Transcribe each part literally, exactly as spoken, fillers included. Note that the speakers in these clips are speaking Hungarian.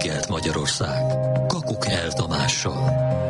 reggelt Magyarország. Kakuk El Tamással.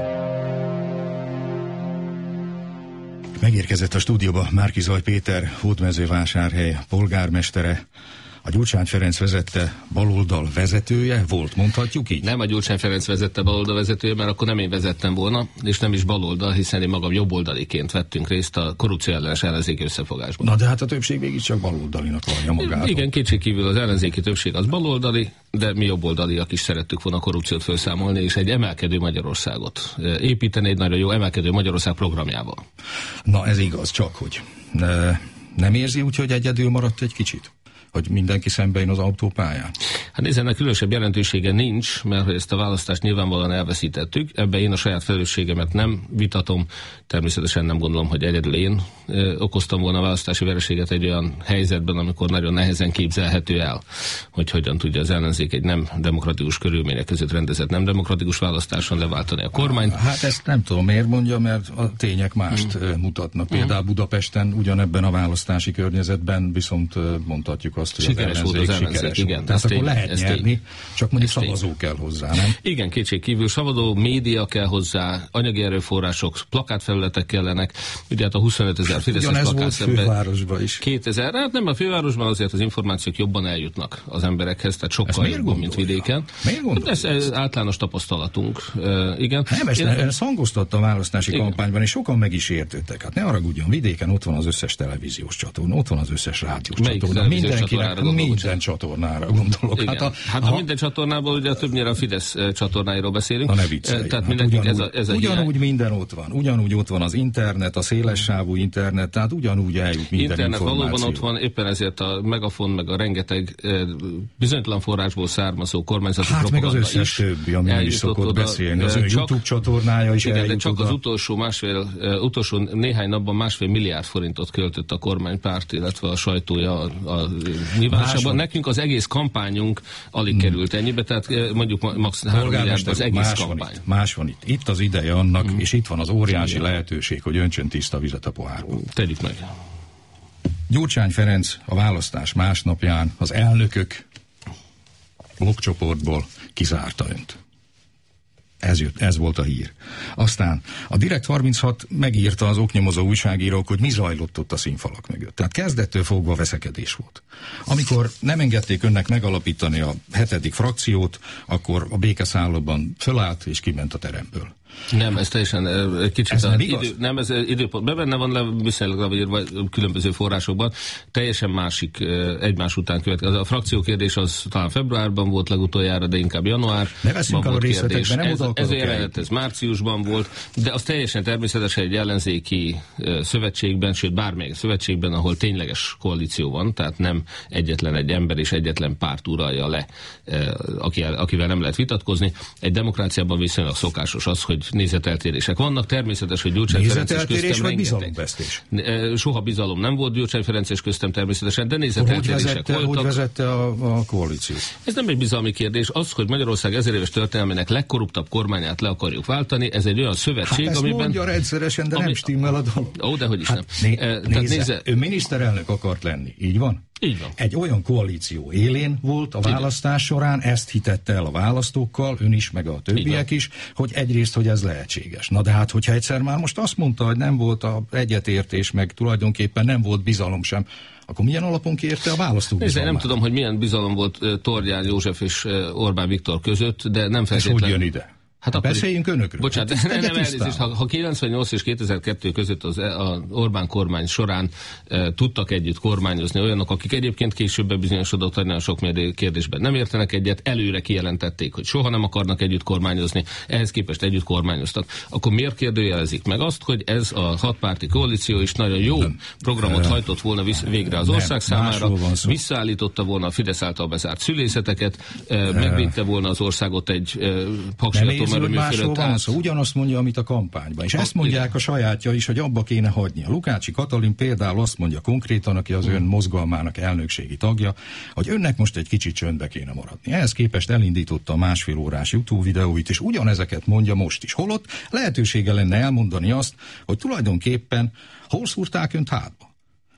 Megérkezett a stúdióba Márki-Zay Péter, Hódmezővásárhely polgármestere, a Gyurcsány Ferenc vezette baloldal vezetője, volt, mondhatjuk így? Nem a Gyurcsány Ferenc vezette baloldal vezetője, mert akkor nem én vezettem volna, és nem is baloldal, hiszen én magam jobboldaliként vettünk részt a korrupció ellenes ellenzéki összefogásban. Na de hát a többség mégiscsak baloldalinak vallja magát. Igen, kétségkívül az ellenzéki többség az baloldali, de mi jobboldaliak is szerettük volna a korrupciót felszámolni, és egy emelkedő Magyarországot építeni, egy nagyon jó emelkedő Magyarország programjával. Na ez igaz, csak hogy ne, nem érzi úgy, hogy egyedül maradt egy kicsit? Hogy mindenki szembein az autópályán? Hát nézd, ennek különösebb jelentősége nincs, mert hogy ezt a választást nyilvánvalóan elveszítettük. Ebben én a saját felelősségemet nem vitatom. Természetesen nem gondolom, hogy egyedül én ö, okoztam volna a választási vereséget egy olyan helyzetben, amikor nagyon nehezen képzelhető el, hogy hogyan tudja az ellenzék egy nem demokratikus körülmények között rendezett nem demokratikus választáson leváltani a kormányt. Hát ezt nem tudom, miért mondja, mert a tények mást hmm. mutatnak. Például Budapesten ugyanebben a választási környezetben viszont mondhatjuk azt, hogy sikeres az ellenzék, volt az ellenzék, sikeres igen. volt. Tehát akkor tény, lehet nyerni, tény. Csak mondjuk ez szavazó tény. Kell hozzá, nem? Igen, kétségkívül szavazó, média kell hozzá, anyagi erőforrások, plakátfelületek kellenek. Ugye hát a huszonöt ezer Fideszes plakát volt szemben. Fővárosban is. kétezer, hát nem a fővárosban, azért az információk jobban eljutnak az emberekhez, tehát sokkal jobban, mint vidéken. Miért ez, ez általános tapasztalatunk. Uh, igen. Nem, ezt, Én... ezt hangoztatta a választási igen. kampányban, és sokan meg is értődtek. Hát ne haragudjon, vidéken ott van az összes televíziós csatorna, ott van az összes rádiós Melyik csatorna. Mindenkinek minden csatornára gondolok. Igen. Hát a, hát a minden csatornából ugye többnyire a Fidesz csatornáiról beszélünk. Na ne viccelj. Tehát hát ugyanúgy, ez a, ez a ugyanúgy hiány. Minden ott van. Ugyanúgy ott van az internet, a szélessávú internet, tehát ugyanúgy eljut minden internet információ. Valóban ott van, éppen ezért a Megafon, meg a rengeteg eh, bizonytalan forrásból származó kormányzati hát propaganda meg az összes is többi, ami nem is szokott oda, beszélni. Az ön YouTube csatornája is igen, eljut de csak oda. Az utolsó másfél, uh, utolsó néhány napban másfél milliárd forintot költött a kormánypárt, illetve a sajtója a, a nyilvánosságban. Nekünk az egész kampányunk alig hmm. került ennyibe, tehát mondjuk max. három milliárd az egész más kampány. Van itt, más van itt. Itt az ideje annak, hmm. és itt van az óriási igen. lehetőség, hogy öntsön tiszta vizet a pohárba. Tegyük meg. Gyurcsány Ferenc a választás másnapján az elnökök blokkcsoportból kizárta önt. Ez, jött, ez volt a hír. Aztán a Direkt harminchat megírta az oknyomozó újságírók, hogy mi zajlott ott a színfalak mögött. Tehát kezdettől fogva veszekedés volt. Amikor nem engedték önnek megalapítani a hetedik frakciót, akkor a békeszállóban fölállt és kiment a teremből. Nem, ez teljesen egy kicsit ez nem, idő, nem ez időpont, benne van le, viszonylag írva különböző forrásokban, teljesen másik egymás után következik. A frakció kérdés az talán februárban volt legutoljára, de inkább január. Ne veszünk a részletekben, nem ez, ez eredet, ez márciusban volt, de az teljesen természetes egy ellenzéki szövetségben, sőt bármelyik szövetségben, ahol tényleges koalíció van, tehát nem egyetlen egy ember és egyetlen párt uralja le, akivel nem lehet vitatkozni. Egy demokráciában viszonylag szokásos az, hogy nézeteltérések vannak. Természetes, hogy Gyurcsány Ferenc és köztem vagy bizalomvesztés? Soha bizalom nem volt Gyurcsány Ferenc és köztem természetesen, de nézeteltérések voltak. Hogy vezette a, a koalíciót? Ez nem egy bizalmi kérdés. Az, hogy Magyarország ezer éves történelmének legkorruptabb kormányát le akarjuk váltani, ez egy olyan szövetség, hát amiben... mondja rendszeresen, de ami, nem stimmel a dolog. Ó, dehogy is hát nem. Né, e, nézze, nézze, ő miniszterelnök akart lenni, így van? Így van. Egy olyan koalíció élén volt a választás során, ezt hitette el a választókkal, ön is, meg a többiek is, hogy egyrészt, hogy ez lehetséges. Na de hát, hogyha egyszer már most azt mondta, hogy nem volt a egyetértés, meg tulajdonképpen nem volt bizalom sem, akkor milyen alapon kérte a választók bizalmát? Nem tudom, hogy milyen bizalom volt uh, Tordján József és uh, Orbán Viktor között, de nem feltétlenül... Ez hogy jön ide? Hát beszéljünk önökről. Bocsánat, hát, nem elnézést, ha, ha kilencvennyolc és kétezer-kettő között az a Orbán kormány során e, tudtak együtt kormányozni olyanok, akik egyébként később bebizonyosodott, hogy nagyon sok kérdésben nem értenek egyet, előre kijelentették, hogy soha nem akarnak együtt kormányozni, ehhez képest együtt kormányoztak, akkor miért kérdőjelezik meg azt, hogy ez a hatpárti koalíció is nagyon jó nem. programot hajtott volna visz, végre az ország nem. számára, visszaállította volna a Fidesz által bezárt szülészeteket, e, megvédte volna az országot egy e, paksiatom hogy másról van szó, ugyanazt mondja, amit a kampányban. És a, ezt mondják igen. a sajátja is, hogy abba kéne hagyni. A Lukácsi Katalin például azt mondja konkrétan, aki az ön mozgalmának elnökségi tagja, hogy önnek most egy kicsit csöndbe kéne maradni. Ehhez képest elindította a másfél órás YouTube videóit, és ugyanezeket mondja most is. Holott lehetősége lenne elmondani azt, hogy tulajdonképpen hol szúrták önt hátba.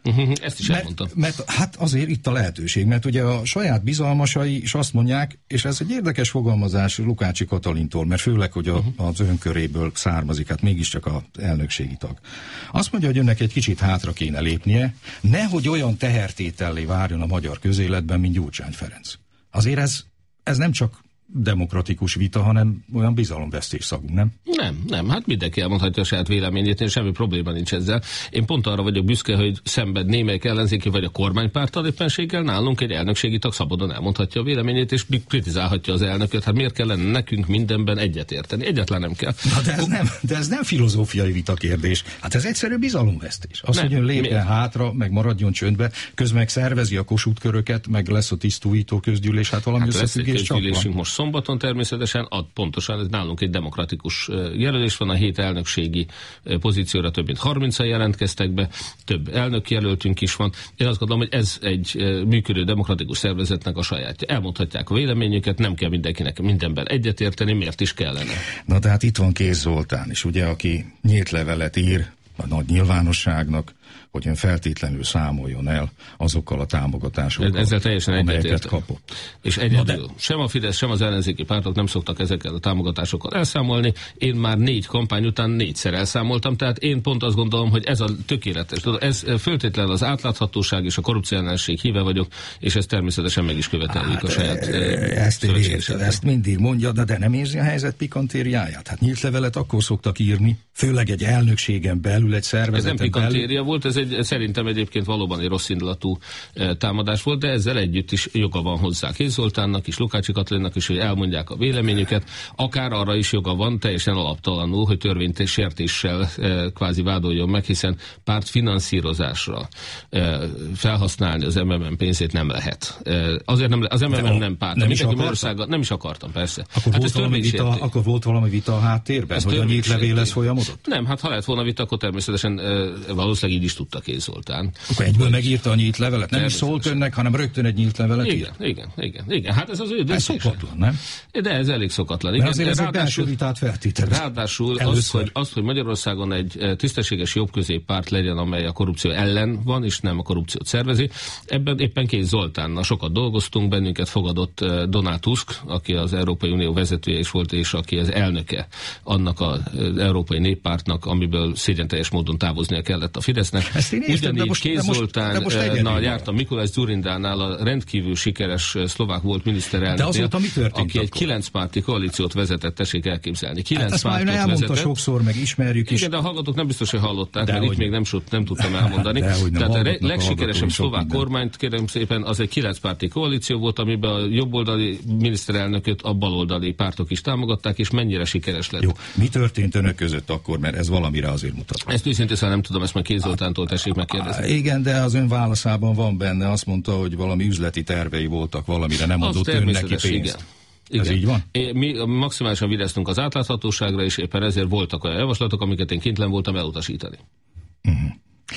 Uh-huh, ezt is elmondtam. Mert, mert hát azért itt a lehetőség, mert ugye a saját bizalmasai is azt mondják, és ez egy érdekes fogalmazás Lukácsi Katalintól, mert főleg, hogy a, uh-huh. az önköréből származik, hát mégiscsak az elnökségi tag. Azt mondja, hogy önnek egy kicsit hátra kéne lépnie, nehogy olyan tehertétellé várjon a magyar közéletben, mint Gyurcsány Ferenc. Azért ez, ez nem csak demokratikus vita, hanem olyan bizalomvesztés szagú, nem? Nem, nem, hát mindenki elmondhatja a saját véleményét, én semmi probléma nincs ezzel. Én pont arra vagyok büszke, hogy szemben némelyik ellenzéki vagy a kormánypárttal éppenséggel nálunk egy elnökségi tag szabadon elmondhatja a véleményét, és kritizálhatja az elnököt. Hát miért kellene nekünk mindenben egyetérteni? Egyetlen nem kell. Na de ez, nem, de ez nem filozófiai vita kérdés. Hát ez egyszerű bizalomvesztés. Az, nem, hogy ön lépjen hátra, meg maradjon csöndbe, közben meg szervezi a Kossuth köröket, meg lesz a tisztújító közgyűlés, hát valami hát összefüggés csak van. Szombaton természetesen, ad, pontosan ez nálunk egy demokratikus jelölés van, a hét elnökségi pozícióra több mint harmincan jelentkeztek be, több elnök jelöltünk is van. Én azt gondolom, hogy ez egy működő demokratikus szervezetnek a sajátja. Elmondhatják a véleményüket, nem kell mindenkinek mindenben egyetérteni, miért is kellene. Na tehát itt van Kéz Zoltán is, ugye, aki nyílt levelet ír a nagy nyilvánosságnak, hogy ön feltétlenül számoljon el azokkal a támogatásokkal, ezzel teljesen amelyeket kapott. És egyedül de... sem a Fidesz, sem az ellenzéki pártok nem szoktak ezekkel a támogatásokkal elszámolni. Én már négy kampány után négyszer elszámoltam, tehát én pont azt gondolom, hogy ez a tökéletes. Ez föltétlenül az átláthatóság és a korrupcióellenség híve vagyok, és ezt természetesen meg is követeljük hát, a saját ezt, értem, ezt mindig mondja, de, de nem érzi a helyzet pikantériáját. Hát nyílt levelet akkor szoktak írni, főleg egy elnökségen belül, egy szervezeten belül. Ez nem pikantéria volt, ez egy szerintem egyébként valóban egy rossz indulatú e, támadás volt, de ezzel együtt is joga van hozzá Kéz Zoltánnak is, Lukácsi Katalinnak is, hogy elmondják a véleményüket. Akár arra is joga van, teljesen alaptalanul, hogy törvényt sértéssel e, kvázi vádoljon meg, hiszen párt finanszírozásra e, felhasználni az em em em pénzét nem lehet. E, azért nem, az em em em a, nem párt. Nem is, nem is akartam, persze. Akkor, hát volt valami vita, akkor volt valami vita a háttérben, ez hogy a nyílt levélhez folyamodott? Nem, hát ha lett volna vita, akkor természetesen e, valószínűleg így is tudta Kéz Zoltán. Akkor egyből megírta a nyílt levelet? Nem is szólt önnek, hanem rögtön egy nyílt levelet igen, írt? Igen, igen, igen. Hát ez az ő döntése. Ez szokatlan, nem? De ez elég szokatlan. Igen. Mert azért ez egy belső vitát feltételez. Ráadásul az hogy, az, hogy Magyarországon egy tisztességes jobb-közép párt legyen, amely a korrupció ellen van, és nem a korrupciót szervezi. Ebben éppen Kéz Zoltánnal sokat dolgoztunk, bennünket fogadott Donald Tusk, aki az Európai Unió vezetője is volt, és aki az elnöke annak az Európai Néppártnak, amiből szégyenteljes módon távoznia kellett a Fidesznek. Ugyanígy Kéz Zoltánnal jártam Mikulás Dzurindánál, a rendkívül sikeres szlovák volt miniszterelnöknél, aki egy kilencpárti koalíciót vezetett, tessék elképzelni. Kilenc hát pártot elmondta vezetett. Sokszor, meg ismerjük is. Igen, de a hallgatók nem biztos, hogy hallották, de mert hogy... itt még nem, nem tudtam elmondani. Tehát a legsikeresebb szlovák kormányt, kérem szépen, az egy kilencpárti koalíció volt, amiben a jobboldali miniszterelnököt a baloldali pártok is támogatták, és mennyire sikeres lett. Jó, mi történt önök között akkor, mert ez valamire azért mutat. Ezt őszintén nem tudom, ezt meg Kéz Zoltántól tessék megkérdezni. Igen, de az ön válaszában van benne, azt mondta, hogy valami üzleti tervei voltak, valamire nem adott ön neki pénzt. Igen. Igen. Ez így van? Mi maximálisan vigyáztunk az átláthatóságra, és éppen ezért voltak olyan javaslatok, amiket én kintlen voltam elutasítani. Uh-huh.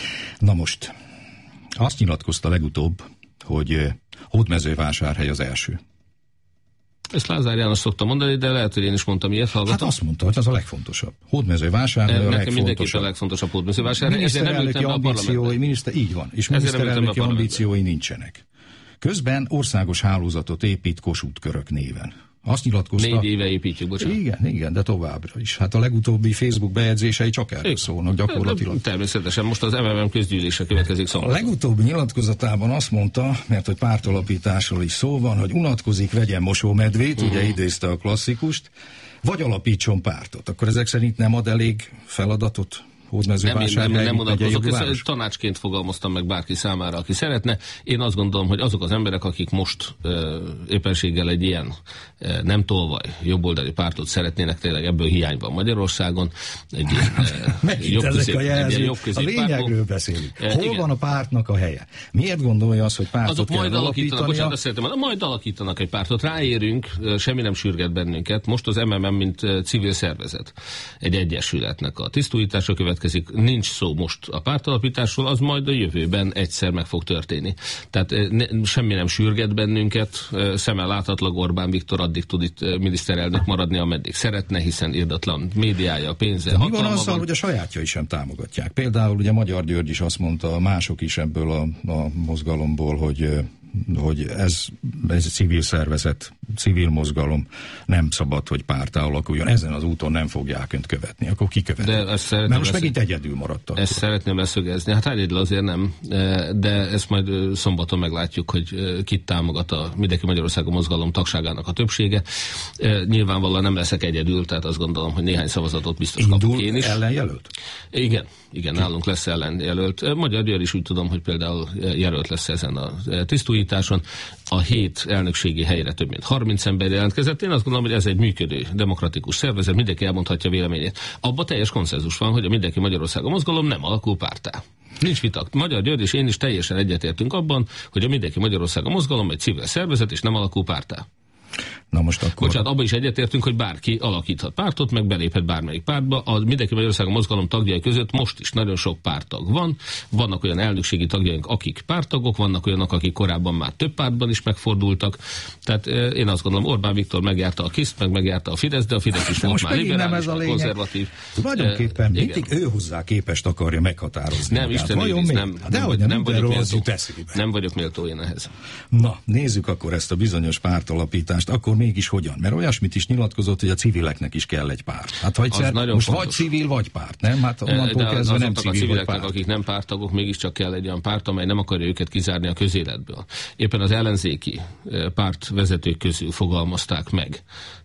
Na most, azt nyilatkozta legutóbb, hogy Hódmezővásárhely az első. Ezt Lázár János szokta mondani, de lehet, hogy én is mondtam ilyet, hallgatom. Hát azt mondta, hogy az a legfontosabb. Hódmezővásárhely a legfontosabb. Nekem mindenképpen a legfontosabb Hódmezővásárhely. Miniszterelnöki ambíciói, miniszter, így van, és miniszterelnöki ambíciói nincsenek. Közben országos hálózatot épít Kossuth körök néven. Azt nyilatkozta... Négy éve építjük, bocsánat. Igen, igen, de továbbra is. Hát a legutóbbi Facebook bejegyzései csak erről szólnak gyakorlatilag. Természetesen most az em em em közgyűlése következik szombaton. A legutóbbi nyilatkozatában azt mondta, mert hogy pártalapításról is szó van, hogy unatkozik, vegyen mosómedvét, uh-huh. ugye idézte a klasszikust, vagy alapítson pártot. Akkor ezek szerint nem ad elég feladatot? Nem, nem, nem vonatkozok, ezt tanácsként fogalmaztam meg bárki számára, aki szeretne. Én azt gondolom, hogy azok az emberek, akik most e, éppenséggel egy ilyen e, nem tolvaj jobboldali pártot szeretnének, tényleg ebből hiány van Magyarországon. Egy ilyen jobbközép A lényegről beszélünk. Hol igen. van a pártnak a helye? Miért gondolja azt, hogy pártot azok kell majd alakítanak, bocsánat, azt szeretném, majd alakítanak egy pártot. Ráérünk, semmi nem sürget bennünket. Most az em em em, mint civil szervezet, egy egyesületnek a tisztújítása követ következik. Nincs szó most a pártalapításról, az majd a jövőben egyszer meg fog történni. Tehát ne, semmi nem sürget bennünket, szemmel láthatlag Orbán Viktor addig tud itt miniszterelnök maradni, ameddig szeretne, hiszen irdatlan médiája, pénze, hatalma van. Mi van azzal, hogy a sajátjai sem támogatják? Például ugye Magyar György is azt mondta, mások is ebből a, a mozgalomból, hogy hogy ez, ez egy civil szervezet, civil mozgalom, nem szabad, hogy párttá alakuljon. Ezen az úton nem fogják önt követni. Akkor ki követni? De Mert most megint egyedül maradtak. Ezt szeretném leszögezni. Hát egyedül azért nem, de ezt majd szombaton meglátjuk, hogy kit támogat a Mindenki Magyarországon mozgalom tagságának a többsége. Nyilvánvalóan nem leszek egyedül, tehát azt gondolom, hogy néhány szavazatot biztos Indul kapok én is. ellenjelölt? Igen, igen, nálunk lesz ellenjelölt. Magyar György is úgy tudom, hogy például jelölt lesz ezen a tisztújításon. A hét elnökségi helyre több mint harminc ember jelentkezett. Én azt gondolom, hogy ez egy működő, demokratikus szervezet, mindenki elmondhatja véleményét. Abban teljes konszenzus van, hogy a Mindenki Magyarországon mozgalom nem alakul párttá. Nincs vita. Magyar György és én is teljesen egyetértünk abban, hogy a Mindenki Magyarországon mozgalom egy civil szervezet és nem alakul párttá. Na most akkor... Bocsánat, abban is egyetértünk, hogy bárki alakíthat pártot, meg beléphet bármelyik pártba. A Mindenki Magyarországon mozgalom tagjai között most is nagyon sok párttag van. Vannak olyan elnökségi tagjaink, akik párttagok, vannak olyanok, akik korábban már több pártban is megfordultak. Tehát én azt gondolom, Orbán Viktor megjárta a KISZ-t, meg megjárta a Fidesz, de a Fidesz is volt már liberális, konzervatív. Tulajdonképpen uh, mindig ő hozzá képest akarja meghatározni. Nem, Isten nem, nem, de nem, nem, nem, vagyok méltó, nem vagyok méltó én ehhez. Na, nézzük akkor ezt a bizonyos pártalapítást. Akkor mégis hogyan? Mert olyasmit is nyilatkozott, hogy a civileknek is kell egy párt. Hát ha egyszer, most fontos. Vagy civil, vagy párt, nem? Hát onnantól kezdve nem civil, a civileknek, vagy párt. Akik nem pártagok, mégiscsak kell egy olyan párt, amely nem akarja őket kizárni a közéletből. Éppen az ellenzéki pártvezetők közül fogalmazták meg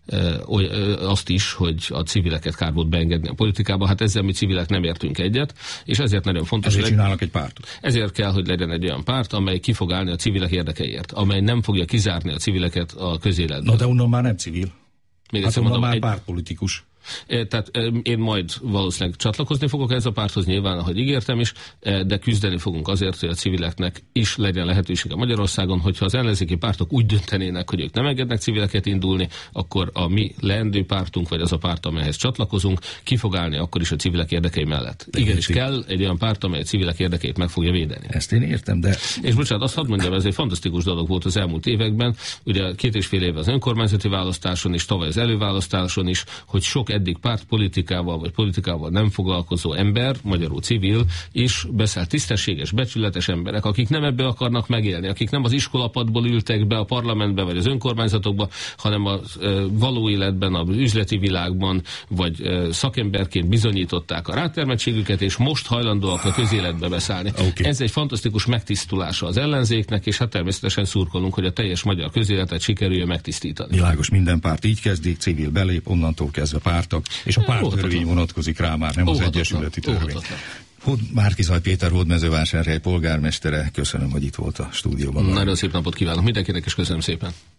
azt is, hogy a civileket kár volt beengedni a politikába. Hát ezzel mi civilek nem értünk egyet, és ezért nagyon fontos. Ezért csinálnak egy pártot. Ezért kell, hogy legyen egy olyan párt, amely ki fog állni a civilek érdekeiért, amely nem fogja kizárni a civileket a közéletből. Na de onnan már nem civil. Még hát onnan mondom, már egy... pártpolitikus. Tehát én majd valószínűleg csatlakozni fogok ez a párthoz, nyilván, ahogy ígértem is, de küzdeni fogunk azért, hogy a civileknek is legyen lehetősége Magyarországon, hogyha az ellenzéki pártok úgy döntenének, hogy ők nem engednek civileket indulni, akkor a mi leendő pártunk, vagy az a párt, amelyhez csatlakozunk, ki fog állni akkor is a civilek érdekei mellett. Igenis kell egy olyan párt, amely a civilek érdekeit meg fogja védeni. Ezt én értem, de... És bocsánat, azt hadd mondjam, ez egy fantasztikus dolog volt az elmúlt években, ugye két és fél éve az önkormányzati választáson és tavaly az előválasztáson is, hogy sok eddig pártpolitikával vagy politikával nem foglalkozó ember, magyarul civil, is beszélt tisztességes, becsületes emberek, akik nem ebből akarnak megélni, akik nem az iskolapadból ültek be a parlamentbe vagy az önkormányzatokba, hanem a e, való életben, a üzleti világban, vagy e, szakemberként bizonyították a rátermettségüket, és most hajlandóak a közéletbe beszállni. Okay. Ez egy fantasztikus megtisztulása az ellenzéknek, és hát természetesen szurkolunk, hogy a teljes magyar közéletet sikerüljön megtisztítani. Világos, minden párt így kezdik, civil belép, onnantól kezdve pártak, és a párttörvény vonatkozik rá már, nem óhatatlan, az egyesületi törvény. Márki-Zay Péter Hódmezővásárhely polgármestere, köszönöm, hogy itt volt a stúdióban. Nagyon szép napot kívánok mindenkinek, és köszönöm szépen.